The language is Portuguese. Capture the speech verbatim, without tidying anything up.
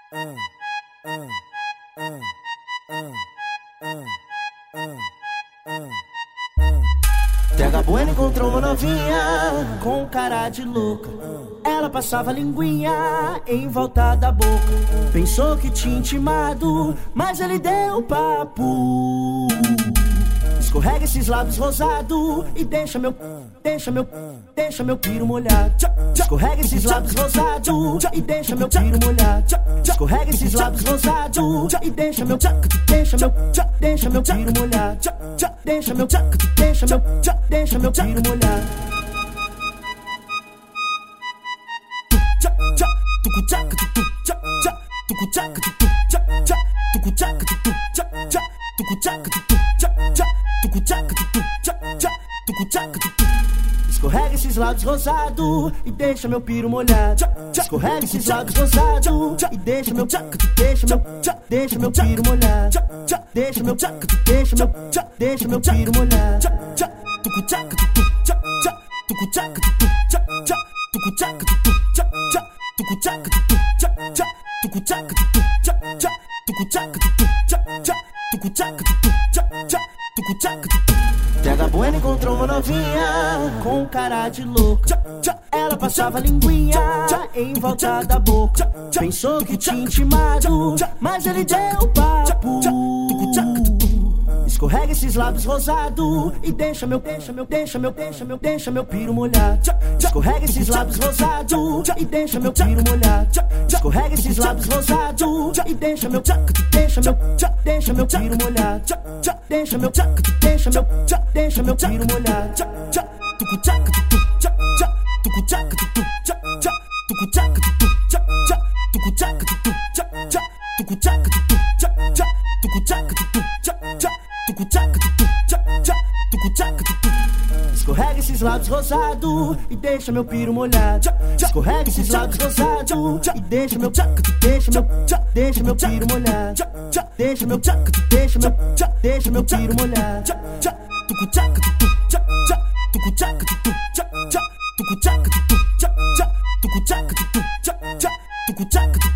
Tega Bueno encontrou uma novinha com cara de louca. Ela passava a linguinha em volta da boca. Pensou que tinha intimado, mas ele deu papo. Escorrega esses lábios rosados e deixa meu, deixa meu, deixa meu piro molhado. Escorrega esses lábios rosados e deixa meu piro molhado. Escorrega esses lábios rosados e deixa meu, deixa meu, deixa meu piro molhado. Deixa meu, deixa meu, deixa meu piro molhado. Escorrega esses lábios rosados e deixa meu piro molhado. Escorrega esses lábios rosados e deixa meu, deixa meu, deixa meu piro molhado. Deixa meu, deixa meu, deixa meu piro molhado. Tega Bueno encontrou uma novinha com cara de louca. Ela passava a linguinha em volta da boca. Pensou que tinha intimado, mas ele deu papo. Escorrega esses lábios rosados e deixa meu, deixa meu, deixa meu, deixa meu, deixa meu piro molhado. Escorrega esses lábios rosados e deixa meu piro molhado. Escorrega esses lábios rosados e deixa meu, deixa meu, deixa meu piro molhado. Deixa meu, deixa meu, deixa meu piro molhado. Escorrega esses lábios rosados e deixa meu piro molhado. Escorrega esses lábios rosados e deixa meu, deixa meu, deixa meu piro molhado. Deixa meu, deixa meu, deixa meu piro molhado. Tuku